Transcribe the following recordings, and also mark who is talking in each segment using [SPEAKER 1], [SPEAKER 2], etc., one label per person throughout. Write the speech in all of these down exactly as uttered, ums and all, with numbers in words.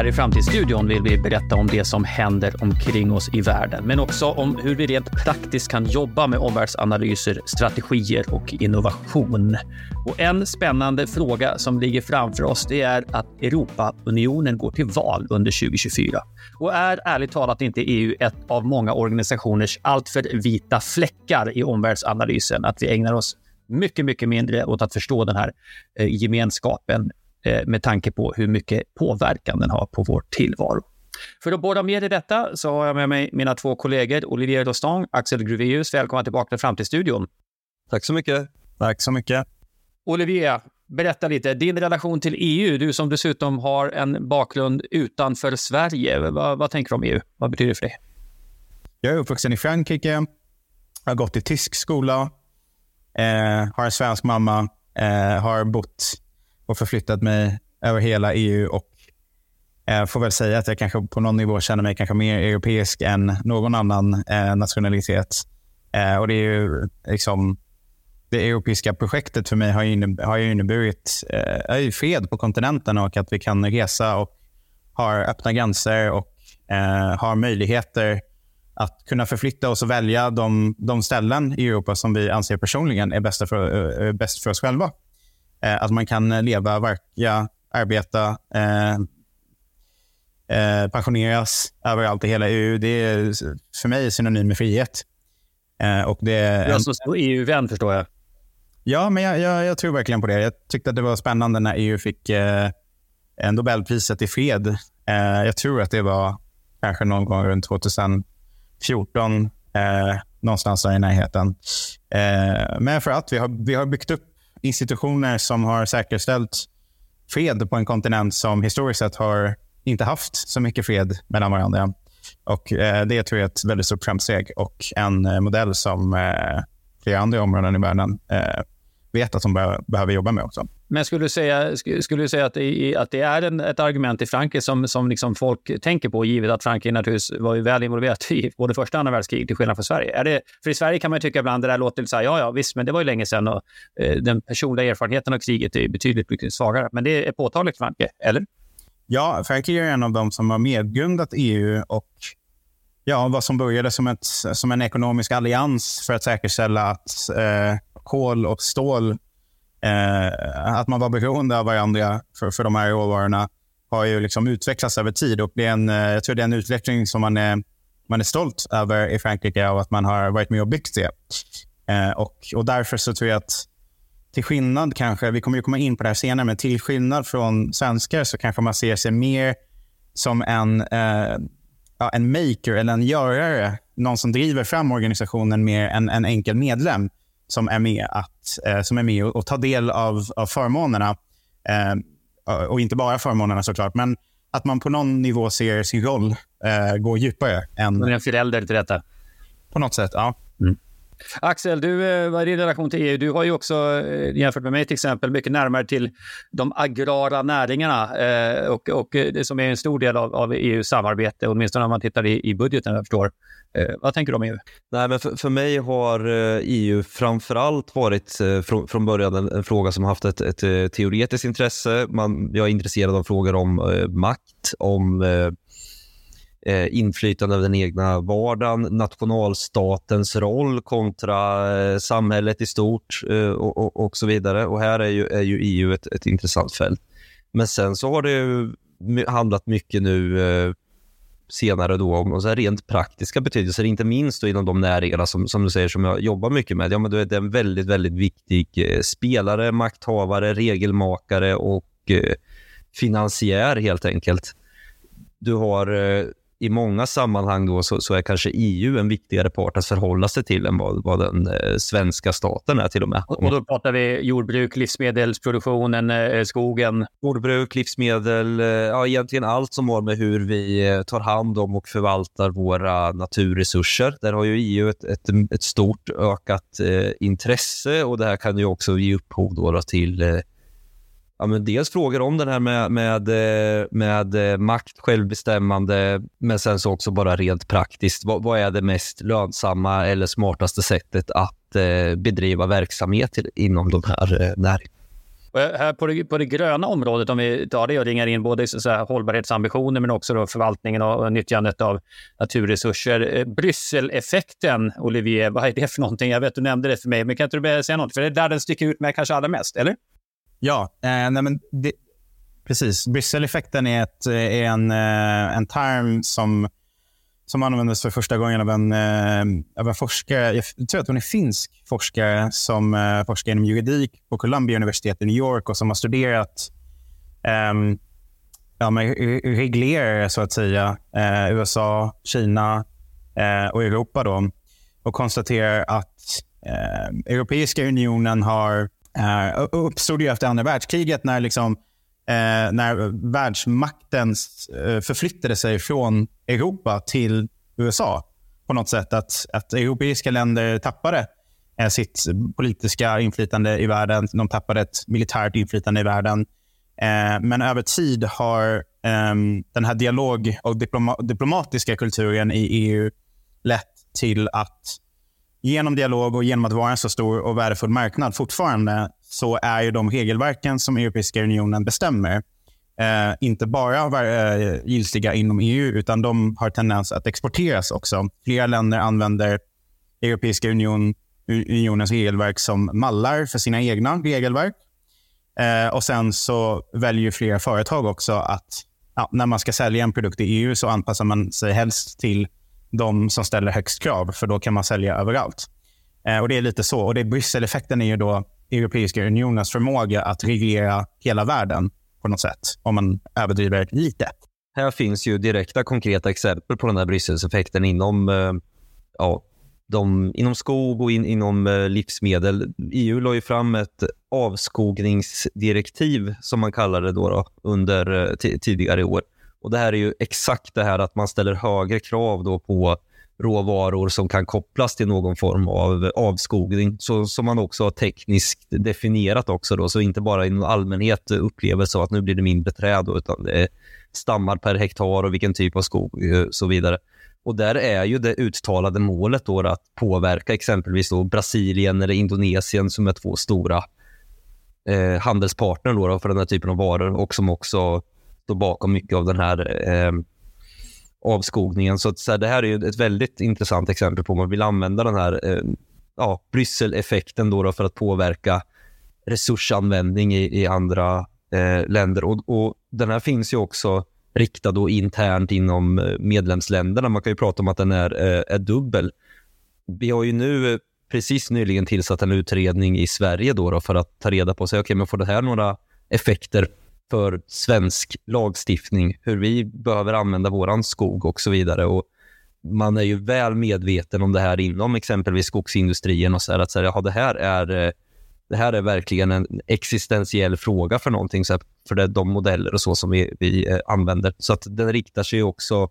[SPEAKER 1] i Framtidsstudion vill vi berätta om det som händer omkring oss i världen, men också om hur vi rent praktiskt kan jobba med omvärldsanalyser, strategier och innovation. Och en spännande fråga som ligger framför oss, det är att Europaunionen går till val under tjugo tjugofyra. Och är ärligt talat inte E U ett av många organisationers alltför vita fläckar i omvärldsanalysen, att vi ägnar oss mycket, mycket mindre åt att förstå den här eh, gemenskapen eh, med tanke på hur mycket påverkan den har på vår tillvaro. För att båda med i detta så har jag med mig mina två kollegor Olivier Dostang, Axel Gruveus. Välkomna tillbaka till Framtidsstudion.
[SPEAKER 2] Tack så mycket.
[SPEAKER 3] Tack så mycket.
[SPEAKER 1] Olivier, berätta lite. Din relation till E U, du som dessutom har en bakgrund utanför Sverige. Vad, vad tänker du om E U? Vad betyder det för dig?
[SPEAKER 3] Jag är uppvuxen i Frankrike. Har gått i tysk skola. Eh, har en svensk mamma. Eh, har bott och förflyttat mig över hela E U och eh, får väl säga att jag kanske på någon nivå känner mig kanske mer europeisk än någon annan eh, nationalitet. Eh, och det är ju liksom det europeiska projektet för mig har ju, inne, har ju inneburit eh, fred på kontinenten och att vi kan resa och har öppna gränser och eh, har möjligheter att kunna förflytta oss och välja de, de ställen i Europa som vi anser personligen är bästa för, äh, bäst för oss själva. Eh, att man kan leva, verka, arbeta, eh, eh, pensioneras överallt i hela E U. Det är för mig synonym med frihet. Eh, och det är
[SPEAKER 1] en... Jag är så stor E U-vän, förstår jag.
[SPEAKER 3] Ja, men jag, jag, jag tror verkligen på det. Jag tyckte att det var spännande när E U fick eh, Nobelpriset i fred. Eh, jag tror att det var kanske någon gång runt tjugohundrafjorton, eh, någonstans där i närheten. Eh, men för att vi har, vi har byggt upp institutioner som har säkerställt fred på en kontinent som historiskt sett har inte haft så mycket fred mellan varandra. Och eh, det tror jag är ett väldigt stort framsteg och en eh, modell som eh, flera andra områden i världen eh, vet att de be- behöver jobba med också.
[SPEAKER 1] Men skulle du säga, skulle du säga att, det, att det är en, ett argument i Frankrike som, som liksom folk tänker på, givet att Frankrike naturligtvis var ju väl involverat i både första och andra världskriget till skillnad från Sverige? Är det, för i Sverige kan man ju tycka ibland det där låter lite så här, ja ja visst, men det var ju länge sedan och eh, den personliga erfarenheten av kriget är betydligt mycket svagare. Men det är påtagligt Frankrike, eller?
[SPEAKER 3] Ja, Frankrike är en av dem som har medgrundat E U och ja, vad som började som, ett, som en ekonomisk allians för att säkerställa att eh, kol och stål, eh, att man var beroende av varandra för, för de här råvarorna, har ju liksom utvecklats över tid. Och det är en, jag tror det är en utveckling som man är, man är stolt över i Frankrike och att man har varit med och byggt det. Eh, och, och därför så tror jag att till skillnad kanske, vi kommer ju komma in på det här senare, men till skillnad från svenskar så kanske man ser sig mer som en... Eh, Ja, en maker eller en görare, någon som driver fram organisationen mer än en enkel medlem som är med att eh, som är med och, och tar del av, av förmånerna eh, och inte bara förmånerna såklart, men att man på någon nivå ser sin roll eh, gå djupare än...
[SPEAKER 1] Man är en förälder till detta.
[SPEAKER 3] På något sätt, ja.
[SPEAKER 1] Mm. Axel, du, vad är din relation till E U? Du har ju också, jämfört med mig till exempel, mycket närmare till de agrara näringarna eh, och, och det som är en stor del av, av E U:s samarbete, åtminstone när man tittar i, i budgeten, jag förstår. Eh, vad tänker du om E U?
[SPEAKER 2] Nej, men för, för mig har E U framförallt varit eh, från, från början en, en fråga som haft ett, ett, ett teoretiskt intresse. Man, jag är intresserad av frågor om eh, makt, om... Eh, inflytande över den egna vardagen, nationalstatens roll kontra eh, samhället i stort eh, och, och, och så vidare. Och här är ju, är ju E U ett, ett intressant fält. Men sen så har det ju handlat mycket nu eh, senare då om så här rent praktiska betydelser, inte minst då inom de näringarna som, som du säger som jag jobbar mycket med. Ja, men du är en väldigt, väldigt viktig eh, spelare, makthavare, regelmakare och eh, finansiär helt enkelt. Du har eh, i många sammanhang då så, så är kanske E U en viktigare part att förhålla sig till än vad, vad den eh, svenska staten är till och med.
[SPEAKER 1] Och då pratar vi jordbruk, livsmedelsproduktionen, eh, skogen.
[SPEAKER 2] Jordbruk, livsmedel, eh, ja egentligen allt som har med hur vi eh, tar hand om och förvaltar våra naturresurser. Där har ju E U ett, ett, ett stort ökat eh, intresse och det här kan ju också ge upphov då, då till eh, ja, men dels frågor om den här med, med, med makt, självbestämmande, men sen så också bara rent praktiskt. Vad, vad är det mest lönsamma eller smartaste sättet att eh, bedriva verksamhet till, inom de här eh, näringarna?
[SPEAKER 1] Och här på det, på det gröna området, om vi tar det och ringar in både så här, hållbarhetsambitioner men också då förvaltningen och nyttjandet av naturresurser. Bryssel-effekten, Olivier, vad är det för någonting? Jag vet du nämnde det för mig, men kan inte du börja säga något? För det är där den sticker ut med kanske allra mest, eller?
[SPEAKER 3] Ja, eh, nej men det, precis. Bryssel-effekten är, ett, är en, en term som, som användes för första gången av en, av en forskare, jag tror att hon är finsk forskare som uh, forskar inom juridik på Columbia Universitet i New York och som har studerat um, ja, men reglerare så att säga, uh, U S A, Kina uh, och Europa då, och konstaterar att uh, Europeiska unionen har uh, uppstod ju efter andra världskriget när liksom Eh, när världsmakten eh, förflyttade sig från Europa till U S A på något sätt. Att, att europeiska länder tappade eh, sitt politiska inflytande i världen. De tappade ett militärt inflytande i världen. Eh, men över tid har eh, den här dialog- och diploma- diplomatiska kulturen i E U lett till att genom dialog och genom att vara en så stor och värdefull marknad fortfarande, så är ju de regelverken som Europeiska unionen bestämmer eh, inte bara eh, giltiga inom E U, utan de har tendens att exporteras också. Flera länder använder Europeiska union, unionens regelverk som mallar för sina egna regelverk. Eh, och sen så väljer flera företag också att ja, när man ska sälja en produkt i E U så anpassar man sig helst till de som ställer högst krav, för då kan man sälja överallt. Eh, och det är lite så. Och det Bryssel-effekten är ju då Europeiska unionens förmåga att reglera hela världen på något sätt, om man överdriver lite.
[SPEAKER 2] Här finns ju direkta konkreta exempel på den här Bryssel-effekten inom, eh, ja, de, inom skog och in, inom eh, livsmedel. E U la ju fram ett avskogningsdirektiv som man kallar det då, då under eh, t- tidigare år. Och det här är ju exakt det här att man ställer högre krav då på råvaror som kan kopplas till någon form av avskogning, så som man också har tekniskt definierat också då, så inte bara i en allmänhet upplever så att nu blir det mindre träd då, utan det är stammar per hektar och vilken typ av skog och så vidare. Och där är ju det uttalade målet då att påverka exempelvis då Brasilien eller Indonesien som är två stora eh, handelspartner då, då för den här typen av varor, och som också står bakom mycket av den här eh, avskogningen. Så, att, så här, det här är ju ett väldigt intressant exempel på om man vill använda den här eh, ja, Bryssel-effekten då, då för att påverka resursanvändning i, i andra eh, länder. Och, och den här finns ju också riktad då internt inom medlemsländerna. Man kan ju prata om att den är, eh, är dubbel. Vi har ju nu precis nyligen tillsatt en utredning i Sverige då, då för att ta reda på och säga, okej, men får det här några effekter för svensk lagstiftning, hur vi behöver använda våran skog och så vidare. Och man är ju väl medveten om det här inom exempelvis skogsindustrien och så här, att säga, ja, det här är det här är verkligen en existentiell fråga för någonting, så här, för det är de modeller och så som vi, vi använder. Så att den riktar sig också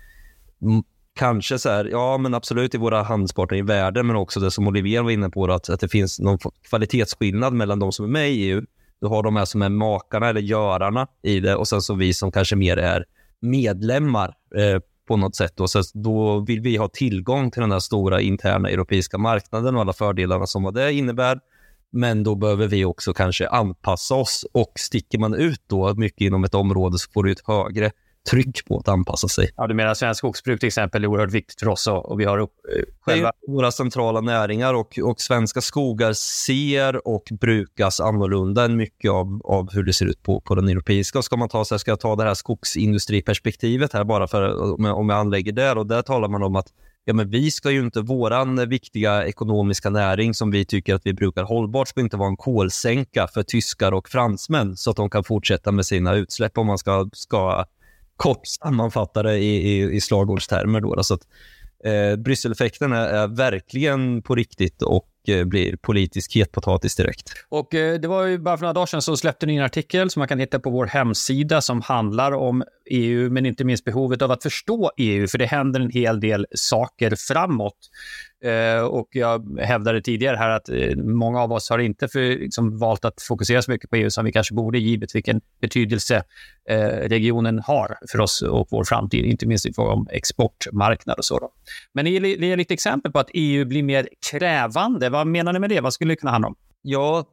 [SPEAKER 2] m- kanske så här, ja men absolut i våra handelspartner i världen, men också det som Olivier var inne på, att, att det finns någon kvalitetsskillnad mellan de som är med i E U. Du har de här som är makarna eller görarna i det, och sen så vi som kanske mer är medlemmar eh, på något sätt. Och så då vill vi ha tillgång till den här stora interna europeiska marknaden och alla fördelarna som vad det innebär. Men då behöver vi också kanske anpassa oss, och sticker man ut då mycket inom ett område så får du ett högre tryck på att anpassa sig.
[SPEAKER 1] Ja, du menar svensk skogsbruk till exempel är oerhört viktigt för oss, och vi har upp, eh, själva...
[SPEAKER 2] våra centrala näringar, och, och svenska skogar ser och brukas annorlunda än mycket av, av hur det ser ut på, på den europeiska. Och ska man ta, så här, ska jag ta det här skogsindustriperspektivet här bara för om jag, om jag anlägger där, och där talar man om att ja, men vi ska ju inte, våran viktiga ekonomiska näring som vi tycker att vi brukar hållbart, ska inte vara en kolsänka för tyskar och fransmän så att de kan fortsätta med sina utsläpp, om man ska, ska kort sammanfatta det i, i, i slagordstermer då. Så att eh, Bryssel-effekten är, är verkligen på riktigt och eh, blir politisk hetpotatis direkt.
[SPEAKER 1] Och eh, det var ju bara för några dagar sedan så släppte ni en artikel som man kan hitta på vår hemsida som handlar om E U, men inte minst behovet av att förstå E U, för det händer en hel del saker framåt. Eh, och jag hävdade tidigare här att eh, många av oss har inte för, liksom, valt att fokusera så mycket på E U som vi kanske borde, givet vilken betydelse eh, regionen har för oss och vår framtid, inte minst i fråga om exportmarknad och så då. Men det är, det är lite exempel på att E U blir mer krävande. Vad menar ni med det? Vad skulle det kunna handla om?
[SPEAKER 2] Ja,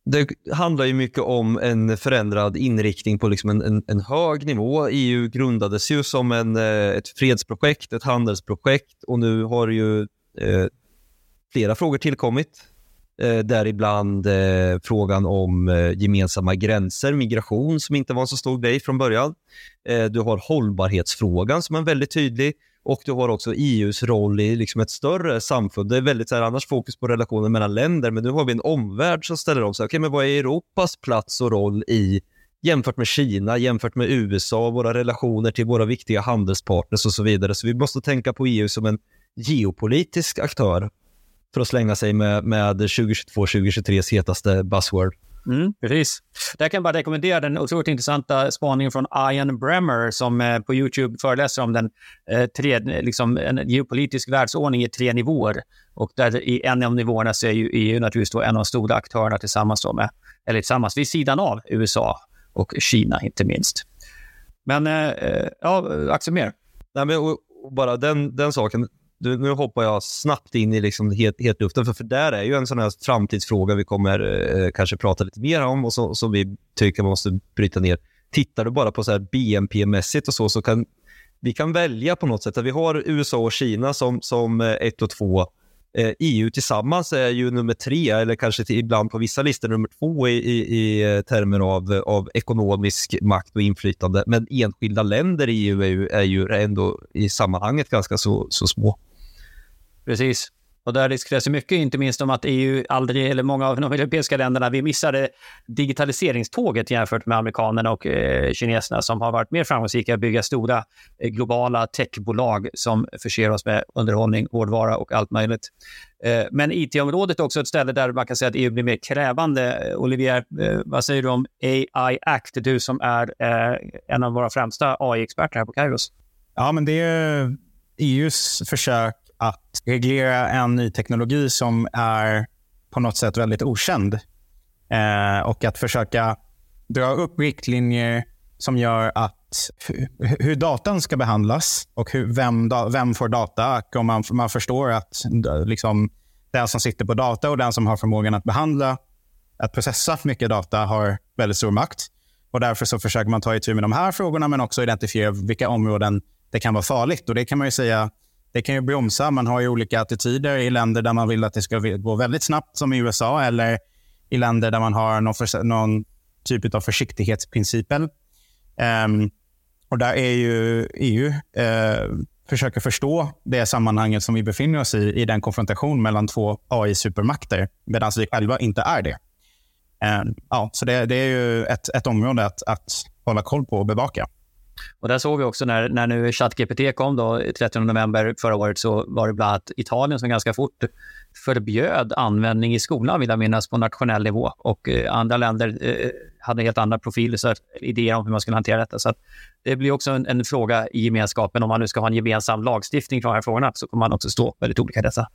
[SPEAKER 2] Det handlar ju mycket om en förändrad inriktning på liksom en, en, en hög nivå. E U grundades ju som en, ett fredsprojekt, ett handelsprojekt, och nu har ju eh, flera frågor tillkommit. Eh, däribland eh, frågan om eh, gemensamma gränser, migration som inte var en så stor grej från början. Eh, du har hållbarhetsfrågan som är väldigt tydlig. Och du har också E U:s roll i liksom ett större samfund. Det är väldigt så här, annars fokus på relationer mellan länder. Men nu har vi en omvärld som ställer om sig. Okej, men vad är Europas plats och roll i jämfört med Kina, jämfört med U S A, våra relationer till våra viktiga handelspartners och så vidare. Så vi måste tänka på E U som en geopolitisk aktör för att slänga sig med, med tjugohundratjugotvå tjugohundratjugotres hetaste buzzword.
[SPEAKER 1] Mm, precis. Där kan jag bara rekommendera den otroligt intressanta spaningen från Ian Bremmer som eh, på YouTube föreläser om den eh, tre, liksom en geopolitisk världsordning i tre nivåer. Och där i en av nivåerna så är ju E U naturligtvis då en av de stora aktörerna tillsammans då med, eller tillsammans vid sidan av U S A och Kina inte minst. Men eh, ja, Axel mer.
[SPEAKER 2] Nej, men och, och bara den, den saken. Du, nu hoppar jag snabbt in i liksom het, hetluften, för, för där är ju en sån här framtidsfråga vi kommer eh, kanske prata lite mer om och så, som vi tycker man måste bryta ner. Tittar du bara på så här B N P-mässigt och så, så kan vi kan välja på något sätt att vi har U S A och Kina som, som ett och två. Eh, E U tillsammans är ju nummer tre, eller kanske till, ibland på vissa listor nummer två i, i, i termer av, av ekonomisk makt och inflytande. Men enskilda länder i E U är ju, är ju ändå i sammanhanget ganska så, så små.
[SPEAKER 1] Precis. Och där diskuteras mycket, inte minst om att E U aldrig, eller många av de europeiska länderna, vi missade digitaliseringståget jämfört med amerikanerna och eh, kineserna som har varit mer framgångsrika att bygga stora eh, globala techbolag som förser oss med underhållning, hårdvara och allt möjligt. Eh, men I T-området är också ett ställe där man kan säga att E U blir mer krävande. Olivier, eh, vad säger du om A I Act, du som är eh, en av våra främsta A I-experter här på Kairos?
[SPEAKER 3] Ja, men det är E U:s försök att reglera en ny teknologi som är på något sätt väldigt okänd. Eh, och att försöka dra upp riktlinjer som gör att hu- hur datan ska behandlas och hur, vem, da, vem får data. Och man, man förstår att liksom, den som sitter på data och den som har förmågan att behandla, att processa mycket data har väldigt stor makt. Och därför så försöker man ta itu med de här frågorna men också identifiera vilka områden det kan vara farligt. Och det kan man ju säga, det kan ju bromsa. Man har ju olika attityder i länder där man vill att det ska gå väldigt snabbt som i U S A, eller i länder där man har någon, för, någon typ av försiktighetsprincipen. Um, och där är ju E U uh, försöker förstå det sammanhanget som vi befinner oss i, i den konfrontation mellan två A I-supermakter, medan vi själva inte är det. Um, ja, så det, det är ju ett, ett område att, att hålla koll på och bevaka.
[SPEAKER 1] Och där såg vi också när, när nu ChatGPT kom då, trettionde november förra året, så var det bland annat Italien som ganska fort förbjöd användning i skolan, vill jag minnas, på nationell nivå. Och eh, andra länder eh, hade helt andra profiler, så idéer om hur man skulle hantera detta. Så att det blir också en, en fråga i gemenskapen. Om man nu ska ha en gemensam lagstiftning för de här frågorna så kommer man också stå väldigt olika i dessa.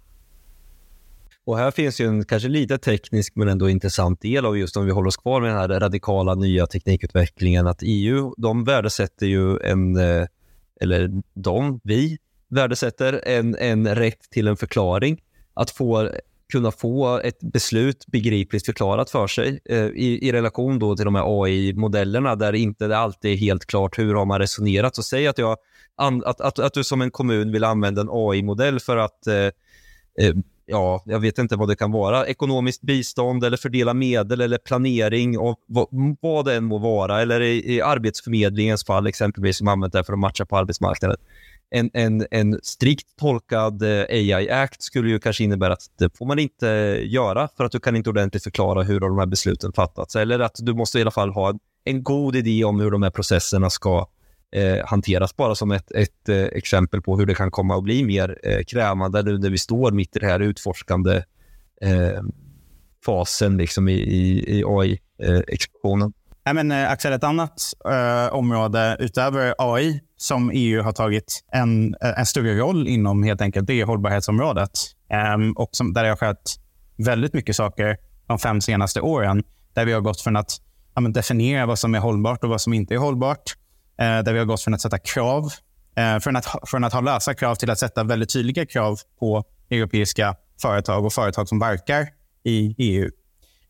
[SPEAKER 2] Och här finns ju en kanske lite teknisk men ändå intressant del av, just om vi håller oss kvar med den här radikala nya teknikutvecklingen, att E U, de värdesätter ju en, eller de, vi värdesätter en, en rätt till en förklaring, att få, kunna få ett beslut begripligt förklarat för sig eh, i, i relation då till de här A I-modellerna där inte det alltid är helt klart hur har man resonerat. Så säg att, jag, att, att, att du som en kommun vill använda en A I-modell för att eh, eh, ja, jag vet inte vad det kan vara, ekonomiskt bistånd eller fördela medel eller planering och vad, vad det än må vara, eller i, i arbetsförmedlingens fall exempelvis som använder det för att matcha på arbetsmarknaden. En, en, en strikt tolkad eh, A I Act skulle ju kanske innebära att det får man inte göra för att du kan inte ordentligt förklara hur de här besluten fattats, eller att du måste i alla fall ha en, en god idé om hur de här processerna ska Eh, hanteras, bara som ett, ett eh, exempel på hur det kan komma att bli mer eh, krävande när vi står mitt i det här utforskande eh, fasen liksom i, i, i A I-explosionen.
[SPEAKER 3] Nej, men, eh, Axel, ett annat eh, område utöver A I som E U har tagit en, en större roll inom helt enkelt, det är hållbarhetsområdet. Eh, och som, där det har skett väldigt mycket saker de fem senaste åren, där vi har gått från att ja, men, definiera vad som är hållbart och vad som inte är hållbart. Eh, där vi har gått från att sätta krav, eh, från, att, från att ha lösa krav till att sätta väldigt tydliga krav på europeiska företag och företag som verkar i E U.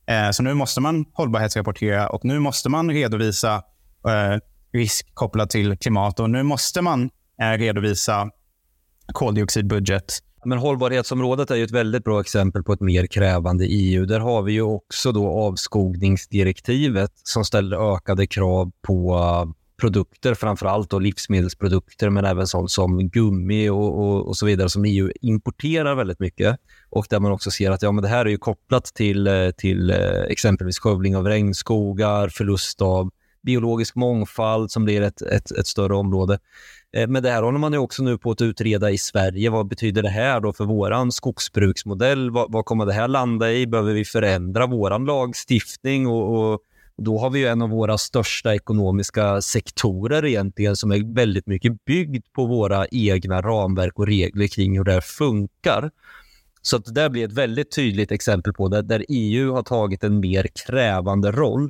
[SPEAKER 3] Eh, så nu måste man hållbarhetsrapportera och nu måste man redovisa eh, risk kopplat till klimat och nu måste man eh, redovisa koldioxidbudget.
[SPEAKER 2] Men hållbarhetsområdet är ju ett väldigt bra exempel på ett mer krävande E U. Där har vi ju också då avskogningsdirektivet som ställer ökade krav på produkter, framförallt då livsmedelsprodukter, men även sånt som gummi och, och, och så vidare som E U importerar väldigt mycket. Och där man också ser att ja, men det här är ju kopplat till, till exempelvis skövling av regnskogar, förlust av biologisk mångfald som blir ett, ett, ett större område. Men det här håller man ju också nu på att utreda i Sverige. Vad betyder det här då för våran skogsbruksmodell? Vad, vad kommer det här landa i? Behöver vi förändra våran lagstiftning? Och, och då har vi ju en av våra största ekonomiska sektorer egentligen som är väldigt mycket byggd på våra egna ramverk och regler kring hur det här funkar. Så att det där blir ett väldigt tydligt exempel på det, där E U har tagit en mer krävande roll.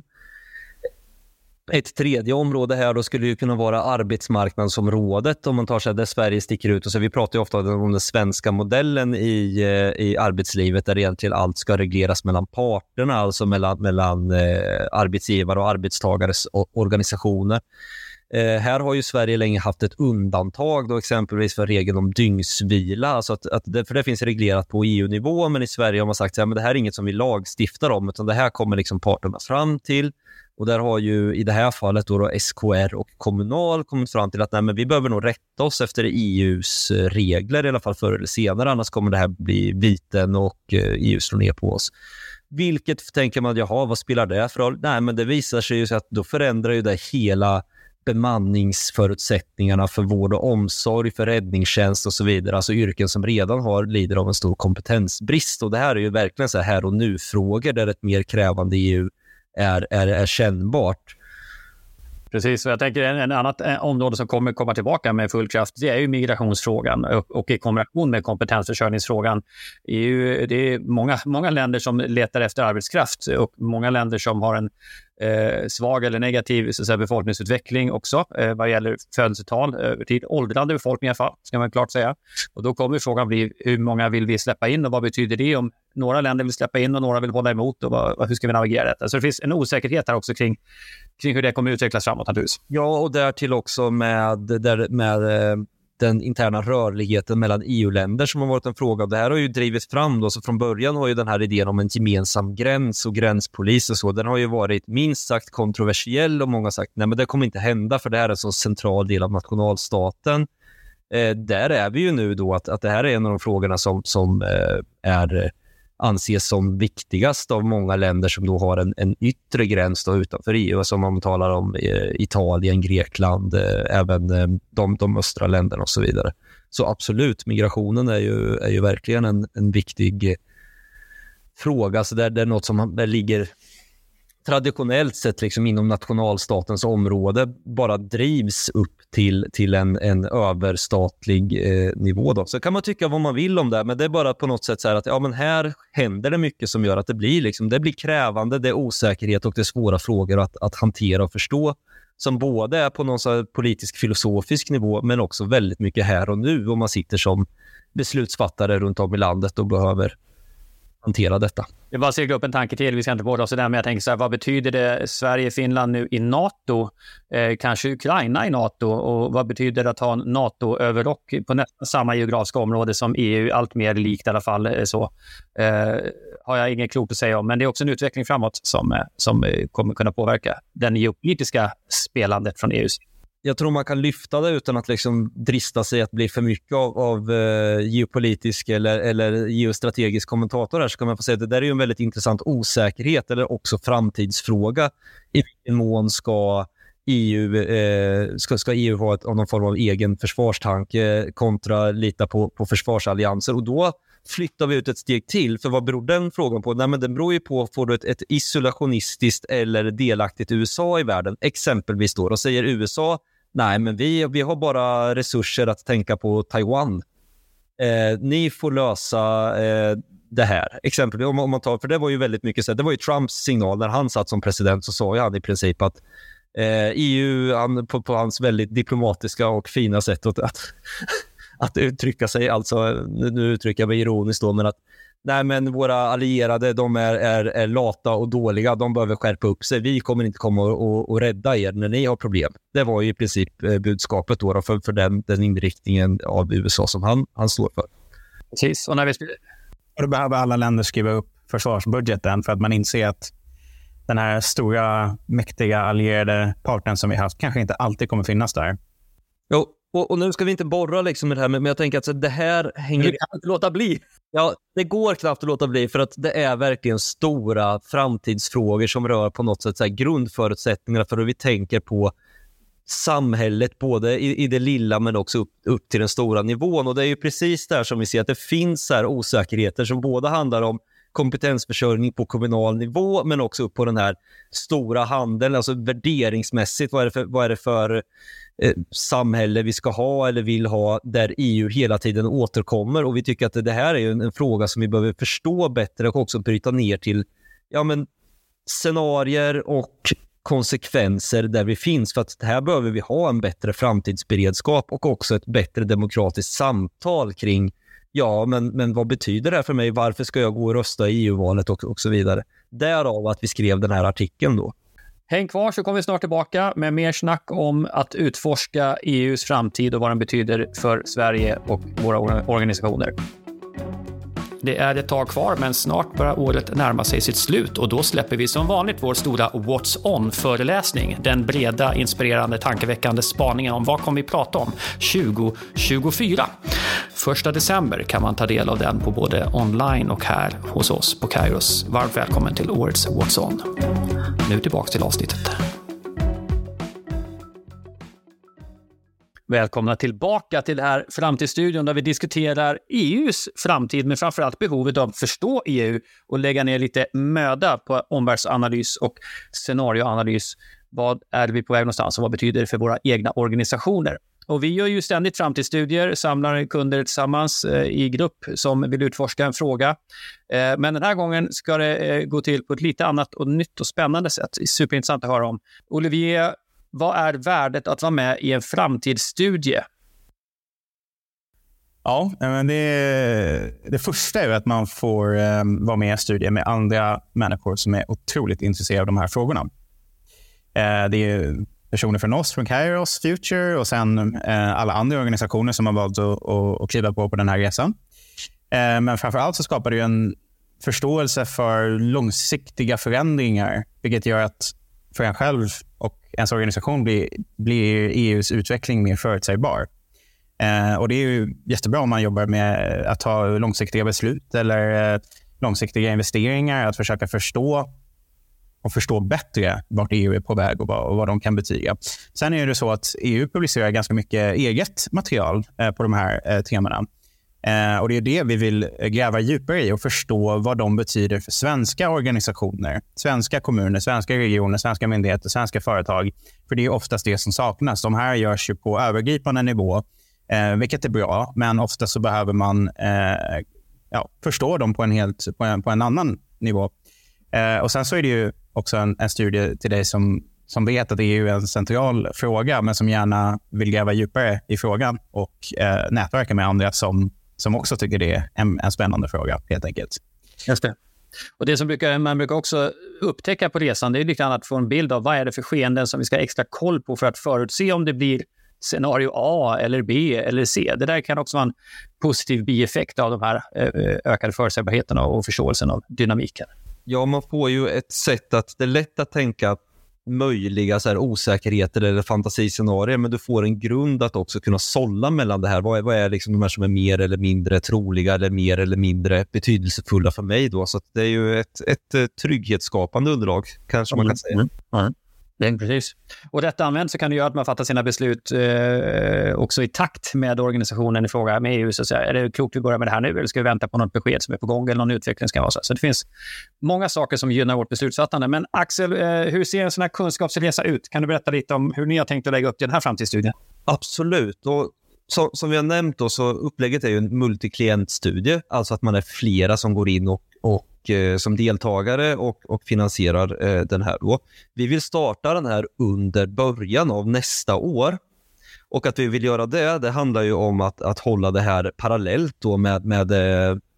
[SPEAKER 2] Ett tredje område här då skulle ju kunna vara arbetsmarknadsområdet, om man tar sig där Sverige sticker ut. Och så vi pratar ju ofta om den svenska modellen i, i arbetslivet där egentligen allt ska regleras mellan parterna, alltså mellan, mellan eh, arbetsgivare och arbetstagares organisationer. Eh, här har ju Sverige länge haft ett undantag då exempelvis för regeln om dygnsvila, alltså att, att det, för det finns reglerat på E U-nivå, men i Sverige har man sagt att ja, det här är inget som vi lagstiftar om, utan det här kommer liksom parterna fram till. Och där har ju i det här fallet då, då S K R och Kommunal kommit fram till att nej, men vi behöver nog rätta oss efter E U:s regler i alla fall förr eller senare, annars kommer det här bli viten och E U slår ner på oss. Vilket tänker man, jaha, vad spelar det för roll? Nej, men det visar sig ju så att då förändrar ju det hela bemanningsförutsättningarna för vård och omsorg, för räddningstjänst och så vidare. Alltså yrken som redan har lider av en stor kompetensbrist. Och det här är ju verkligen så här och nu-frågor där ett mer krävande E U är, är, är kännbart.
[SPEAKER 1] Precis, och jag tänker en, en annat en område som kommer komma tillbaka med full kraft, det är ju migrationsfrågan och, och i kombination med kompetensförsörjningsfrågan. Det är ju, det är många, många länder som letar efter arbetskraft och många länder som har en eh, svag eller negativ så att säga, befolkningsutveckling också eh, vad gäller födelsetal över tid. Åldrande befolkning i alla fall, ska man klart säga. Och då kommer frågan bli hur många vill vi släppa in och vad betyder det om några länder vill släppa in och några vill hålla emot och vad, hur ska vi navigera detta? Så det finns en osäkerhet här också kring kring hur det kommer utvecklas framåt naturligtvis.
[SPEAKER 2] Ja, och därtill också med, där, med den interna rörligheten mellan E U-länder som har varit en fråga. Det här har ju drivits fram då, så från början har ju den här idén om en gemensam gräns och gränspolis och så, den har ju varit minst sagt kontroversiell och många har sagt, nej men det kommer inte hända för det här är en så central del av nationalstaten. Eh, där är vi ju nu då att, att det här är en av de frågorna som, som eh, är anses som viktigast av många länder som då har en, en yttre gräns då utanför E U, som man talar om eh, Italien, Grekland, eh, även eh, de, de östra länderna och så vidare. Så absolut, migrationen är ju, är ju verkligen en, en viktig eh, fråga. Så där, det är något som där ligger traditionellt sett liksom inom nationalstatens område bara drivs upp till, till en, en överstatlig eh, nivå. Då. Så kan man tycka vad man vill om det, men det är bara på något sätt så här att ja, men här händer det mycket som gör att det blir, liksom, det blir krävande, det är osäkerhet och det är svåra frågor att, att hantera och förstå, som både är på någon så här politisk filosofisk nivå men också väldigt mycket här och nu om man sitter som beslutsfattare runt om i landet och behöver hantera detta.
[SPEAKER 1] Jag bara segla upp en tanke till, vi ska inte båda oss i den, men jag tänker så här, vad betyder det Sverige, Finland nu i NATO, eh, kanske Ukraina i NATO, och vad betyder det att ha en NATO-överrock på nästan samma geografiska område som E U, allt mer likt i alla fall, eh, så eh, har jag ingen klokt att säga om, men det är också en utveckling framåt som, eh, som eh, kommer kunna påverka den geopolitiska spelandet från E U:s.
[SPEAKER 2] Jag tror man kan lyfta det utan att liksom drista sig att bli för mycket av, av uh, geopolitisk eller, eller geostrategisk kommentator här, så kan man få säga att det där är ju en väldigt intressant osäkerhet eller också framtidsfråga. I vilken mån ska E U, eh, ska, ska E U ha ett, någon form av egen försvarstanke kontra lita på, på försvarsallianser, och då flyttar vi ut ett steg till. För vad beror den frågan på? Nej, men den beror ju på, får du ett, ett isolationistiskt eller delaktigt U S A i världen? Exempelvis då, då säger U S A, nej men vi, vi har bara resurser att tänka på Taiwan. Eh, ni får lösa eh, det här. Exempelvis, om, om man tar, för det var ju väldigt mycket så, det var ju Trumps signal när han satt som president, så sa ju han i princip att eh, E U, han, på, på hans väldigt diplomatiska och fina sätt att, att att uttrycka sig, alltså nu uttrycker jag mig ironiskt då, men att nej men våra allierade, de är, är, är lata och dåliga, de behöver skärpa upp sig, vi kommer inte komma och, och, och rädda er när ni har problem. Det var ju i princip eh, budskapet då, då för, för den, den inriktningen av U S A som han, han står för.
[SPEAKER 1] Precis, och när vi...
[SPEAKER 3] Och då behöver alla länder skriva upp försvarsbudgeten för att man inser att den här stora, mäktiga allierade partnern som vi haft kanske inte alltid kommer finnas där.
[SPEAKER 2] Jo, och, och nu ska vi inte borra liksom med det här, men jag tänker att så det här hänger...
[SPEAKER 1] Vi kan inte låta bli.
[SPEAKER 2] Ja, det går knappt att låta bli för att det är verkligen stora framtidsfrågor som rör på något sätt så här grundförutsättningarna för hur vi tänker på samhället, både i, i det lilla men också upp, upp till den stora nivån. Och det är ju precis där som vi ser att det finns så här osäkerheter som både handlar om kompetensförsörjning på kommunal nivå men också upp på den här stora handeln, alltså värderingsmässigt, vad är det för, vad är det för eh, samhälle vi ska ha eller vill ha, där E U hela tiden återkommer. Och vi tycker att det här är en, en fråga som vi behöver förstå bättre och också bryta ner till ja, men, scenarier och konsekvenser där vi finns, för att här behöver vi ha en bättre framtidsberedskap och också ett bättre demokratiskt samtal kring ja, men, men vad betyder det här för mig? Varför ska jag gå och rösta i E U-valet och, och så vidare. Därav att vi skrev den här artikeln då.
[SPEAKER 1] Häng kvar så kommer vi snart tillbaka med mer snack om att utforska E U:s framtid och vad den betyder för Sverige och våra organisationer. Det är ett tag kvar, men snart börjar året närma sig sitt slut och då släpper vi som vanligt vår stora What's On-föreläsning. Den breda, inspirerande, tankeväckande spaningen om vad kommer vi prata om tjugo tjugofyra. Första december kan man ta del av den på både online och här hos oss på Kairos. Varmt välkommen till årets What's On. Nu tillbaka till avsnittet. Välkomna tillbaka till det här framtidsstudion där vi diskuterar E U:s framtid, men framförallt behovet av att förstå E U och lägga ner lite möda på omvärldsanalys och scenarioanalys. Vad är vi på väg någonstans och vad betyder det för våra egna organisationer? Och vi gör ju ständigt framtidsstudier, samlar kunder tillsammans eh, i grupp som vill utforska en fråga. Eh, men den här gången ska det eh, gå till på ett lite annat och nytt och spännande sätt. Det är superintressant att höra om. Olivier, vad är värdet att vara med i en framtidsstudie?
[SPEAKER 3] Ja, men det, det första är att man får um, vara med i en studie med andra människor som är otroligt intresserade av de här frågorna. Uh, det är personer från oss, från Kairos Future och sen uh, alla andra organisationer som har valt att, att, att kliva på på den här resan. Uh, men framförallt så skapar det en förståelse för långsiktiga förändringar, vilket gör att för en själv och ens organisation blir, blir E U:s utveckling mer förutsägbar. Eh, och det är ju jättebra om man jobbar med att ta långsiktiga beslut eller eh, långsiktiga investeringar, att försöka förstå och förstå bättre vart E U är på väg och vad, och vad de kan betyda. Sen är det så att E U publicerar ganska mycket eget material eh, på de här eh, temana. Eh, och det är det vi vill gräva djupare i och förstå vad de betyder för svenska organisationer, svenska kommuner, svenska regioner, svenska myndigheter, svenska företag. För det är oftast det som saknas. De här görs ju på övergripande nivå, eh, vilket är bra, men ofta så behöver man eh, ja, förstå dem på en, helt, på en, på en annan nivå. Eh, och sen så är det ju också en, en studie till dig som, som vet att det är en central fråga, men som gärna vill gräva djupare i frågan och eh, nätverka med andra som som också tycker det är en, en spännande fråga, helt enkelt.
[SPEAKER 1] Just det. Och det som brukar, man brukar också upptäcka på resan, det är lite annat att få en bild av vad är det för skeenden som vi ska ha extra koll på för att förutse om det blir scenario A eller B eller C. Det där kan också vara en positiv bieffekt av de här ökade förutsägbarheterna och förståelsen av dynamiken.
[SPEAKER 2] Ja, man får ju ett sätt att det är lätt att tänka möjliga så här, osäkerheter eller fantasiscenarier, men du får en grund att också kunna sålla mellan det här. Vad är, vad är liksom de här som är mer eller mindre troliga eller mer eller mindre betydelsefulla för mig då? Så att det är ju ett, ett, ett trygghetsskapande underlag, kanske man kan säga.
[SPEAKER 1] Mm. Mm. Det är precis. Och detta använt så kan det göra att man fattar sina beslut eh, också i takt med organisationen i fråga med E U. Så att säga, är det klokt att vi börjar med det här nu eller ska vi vänta på något besked som är på gång eller någon utveckling ska vara så? Så det finns många saker som gynnar vårt beslutsfattande. Men Axel, eh, hur ser en sån här kunskapsresa ut? Kan du berätta lite om hur ni har tänkt att lägga upp den här framtidsstudien?
[SPEAKER 2] Absolut. Och så, som vi har nämnt då, så upplägget är ju en multiklientstudie. Alltså att man är flera som går in och, och som deltagare och, och finansierar eh, den här då. Vi vill starta den här under början av nästa år. Och att vi vill göra det, det handlar ju om att, att hålla det här parallellt då med, med eh,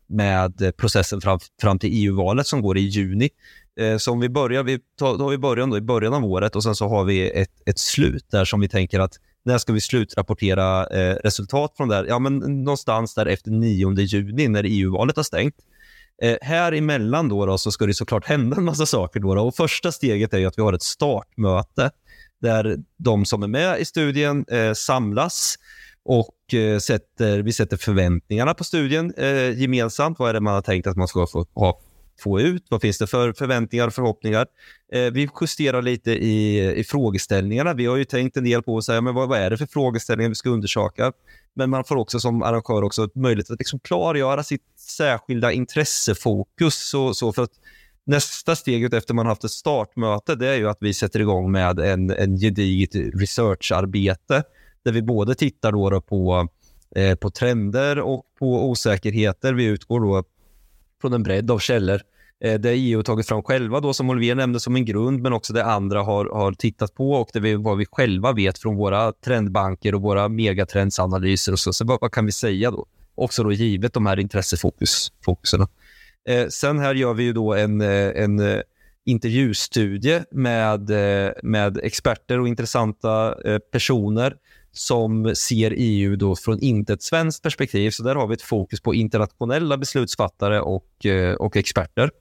[SPEAKER 2] med processen fram, fram till E U-valet som går i juni. Eh, så om vi börjar, vi tar, då har vi början då i början av året och sen så har vi ett, ett slut där som vi tänker att när ska vi slutrapportera eh, resultat från där? Ja, men någonstans där efter nionde juni när E U-valet har stängt. Eh, här emellan då, då så ska det såklart hända en massa saker då, då. Och första steget är ju att vi har ett startmöte där de som är med i studien eh, samlas och eh, sätter, vi sätter förväntningarna på studien eh, gemensamt. Vad är det man har tänkt att man ska få, ha, få ut? Vad finns det för förväntningar och förhoppningar? Eh, vi justerar lite i, i frågeställningarna. Vi har ju tänkt en del på att säga men vad, vad är det för frågeställningar vi ska undersöka? Men man får också som arrangör också möjlighet att liksom klargöra sitt särskilda intressefokus. Så, så för att nästa steget efter man haft ett startmöte det är ju att vi sätter igång med en, en gediget researcharbete där vi både tittar då, då på, eh, på trender och på osäkerheter. Vi utgår då från en bredd av källor. Eh, det E U har tagit fram själva då som Olivier nämnde som en grund men också det andra har, har tittat på och det vi, vad vi själva vet från våra trendbanker och våra megatrendsanalyser och så. Så vad, vad kan vi säga då? Också då givet de här intressefokuserna. Eh, sen här gör vi ju då en, en eh, intervjustudie med, eh, med experter och intressanta eh, personer som ser E U då från inte ett svenskt perspektiv. Så där har vi ett fokus på internationella beslutsfattare och, eh, och experter.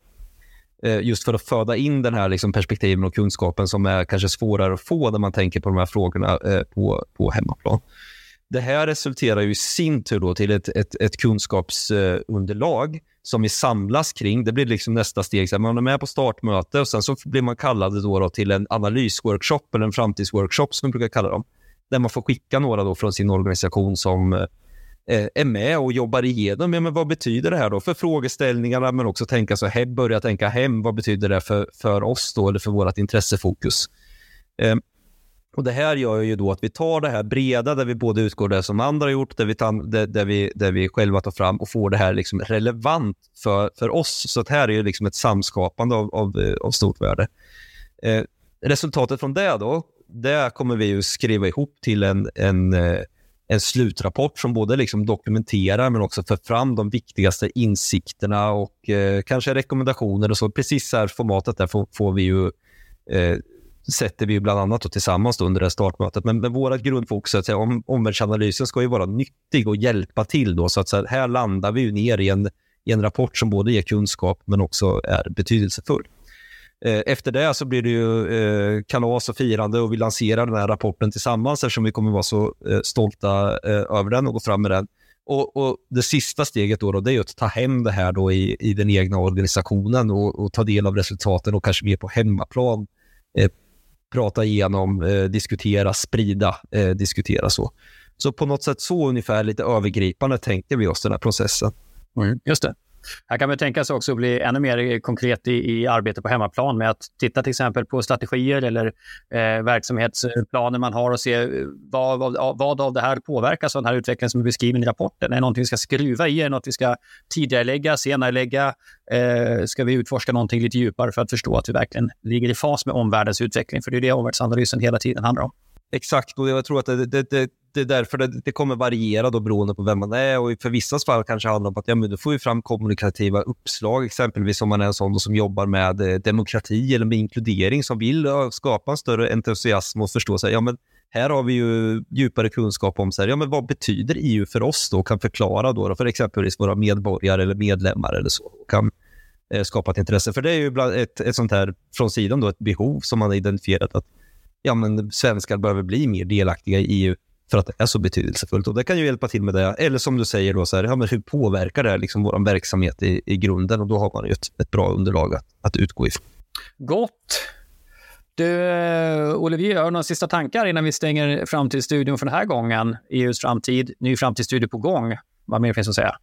[SPEAKER 2] Eh, just för att föda in den här liksom, perspektiven och kunskapen som är kanske svårare att få när man tänker på de här frågorna eh, på, på hemmaplan. Det här resulterar ju i sin tur då till ett, ett, ett kunskapsunderlag som vi samlas kring. Det blir liksom nästa steg. Så man är med på startmöte och sen så blir man kallad då, då till en analysworkshop eller en framtidsworkshop som vi brukar kalla dem. Där man får skicka några då från sin organisation som eh, är med och jobbar igenom. Ja, men vad betyder det här då för frågeställningarna men också tänka så här, börja tänka hem. Vad betyder det för, för oss då eller för vårt intressefokus? Eh, Och det här gör ju då att vi tar det här breda där vi både utgår det som andra har gjort, där vi, tar, där, där vi, där vi själva tar fram och får det här liksom relevant för, för oss. Så att här är ju liksom ett samskapande av, av, av stort värde. Eh, resultatet från det då, det kommer vi ju skriva ihop till en, en, en slutrapport som både liksom dokumenterar men också för fram de viktigaste insikterna och eh, kanske rekommendationer och så. Precis här formatet där får, får vi ju eh, sätter vi ju bland annat då tillsammans då under det startmötet. Men, men vårat grundfokus är att säga, om, omvärldsanalysen ska ju vara nyttig och hjälpa till då. Så att så här, här landar vi ju ner i en, i en rapport som både ger kunskap men också är betydelsefull. Eh, efter det så blir det ju eh, kalas och firande och vi lanserar den här rapporten tillsammans eftersom vi kommer vara så eh, stolta eh, över den och gå fram med den. Och, och det sista steget då, då det är ju att ta hem det här då i, i den egna organisationen och, och ta del av resultaten och kanske mer på hemmaplan eh, prata igenom, eh, diskutera, sprida, eh, diskutera så. Så på något sätt så ungefär lite övergripande tänker vi oss den här processen.
[SPEAKER 1] Mm, just det. Här kan man tänka sig också bli ännu mer konkret i, i arbete på hemmaplan med att titta till exempel på strategier eller eh, verksamhetsplaner man har och se vad, vad, vad av det här påverkas av den här utvecklingen som är beskriven i rapporten. Är det någonting vi ska skruva i? Är det något vi ska tidigarelägga, senarelägga? Eh, ska vi utforska någonting lite djupare för att förstå att vi verkligen ligger i fas med omvärldens utveckling? För det är det omvärldsanalysen hela tiden handlar om.
[SPEAKER 2] Exakt, och jag tror att det, det, det, det är därför det, det kommer variera då beroende på vem man är och för vissa fall kanske handlar om att ja, men du får ju fram kommunikativa uppslag exempelvis om man är en sån som jobbar med eh, demokrati eller med inkludering som vill uh, skapa en större entusiasm och förstå sig. Ja, men här har vi ju djupare kunskap om så här, ja, men vad betyder E U för oss då och kan förklara då, då för exempelvis våra medborgare eller medlemmar eller så och kan eh, skapa ett intresse. För det är ju bland ett, ett sånt här från sidan då ett behov som man har identifierat att ja, men svenskar behöver bli mer delaktiga i E U för att det är så betydelsefullt. Och det kan ju hjälpa till med det. Eller som du säger då, så här, ja, men hur påverkar det liksom vår verksamhet i, i grunden? Och då har man ju ett, ett bra underlag att, att utgå ifrån.
[SPEAKER 1] Gott! Du, Olivier, har du några sista tankar innan vi stänger framtidsstudion för den här gången? E U:s framtid, ny framtidsstudie på gång. Vad mer finns att säga?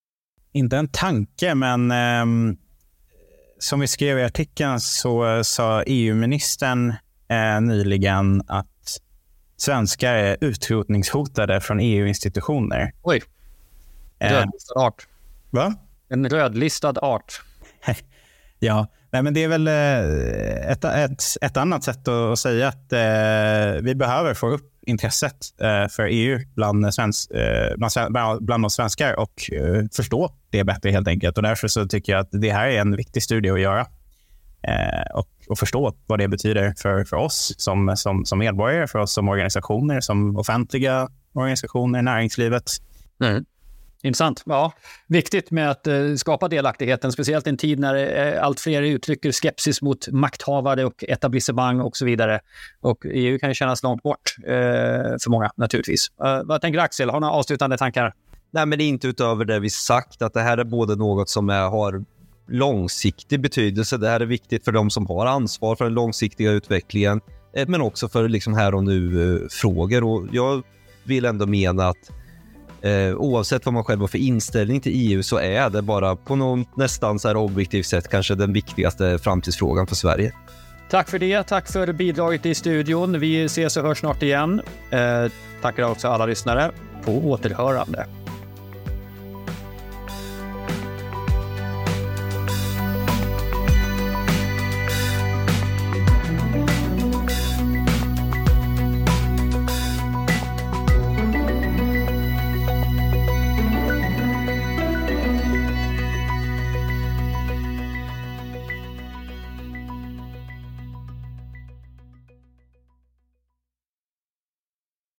[SPEAKER 3] Inte en tanke, men eh, som vi skrev i artikeln så sa E U-ministern eh, nyligen att svenskar är utrotningshotade från E U-institutioner.
[SPEAKER 1] Oj, rödlistad eh, art.
[SPEAKER 3] Va?
[SPEAKER 1] En rödlistad art.
[SPEAKER 3] Ja, nej, men det är väl ett, ett, ett annat sätt att säga att eh, vi behöver få upp intresset eh, för E U bland, svensk, eh, bland, bland oss svenskar och eh, förstå det bättre helt enkelt. Och därför så tycker jag att det här är en viktig studie att göra eh, och, och förstå vad det betyder för, för oss som, som, som medborgare, för oss som organisationer, som offentliga organisationer, näringslivet.
[SPEAKER 1] Mm. Intressant. Ja, viktigt med att eh, skapa delaktigheten, speciellt i en tid när eh, allt fler uttrycker skepsis mot makthavare och etablissemang och så vidare. Och E U kan ju kännas långt bort eh, för många naturligtvis. Eh, vad tänker Axel? Har du några avslutande tankar?
[SPEAKER 2] Nej, men det är inte utöver det vi sagt, att det här är både något som är, har långsiktig betydelse. Det här är viktigt för de som har ansvar för den långsiktiga utvecklingen, eh, men också för liksom här och nu eh, frågor. Och jag vill ändå mena att Eh, oavsett vad man själv har för inställning till E U så är det bara på någon nästan så här objektivt sätt kanske den viktigaste framtidsfrågan för Sverige.
[SPEAKER 1] Tack för det. Tack för bidraget i studion. Vi ses och hörs snart igen. Eh, tackar också alla lyssnare. På återhörande.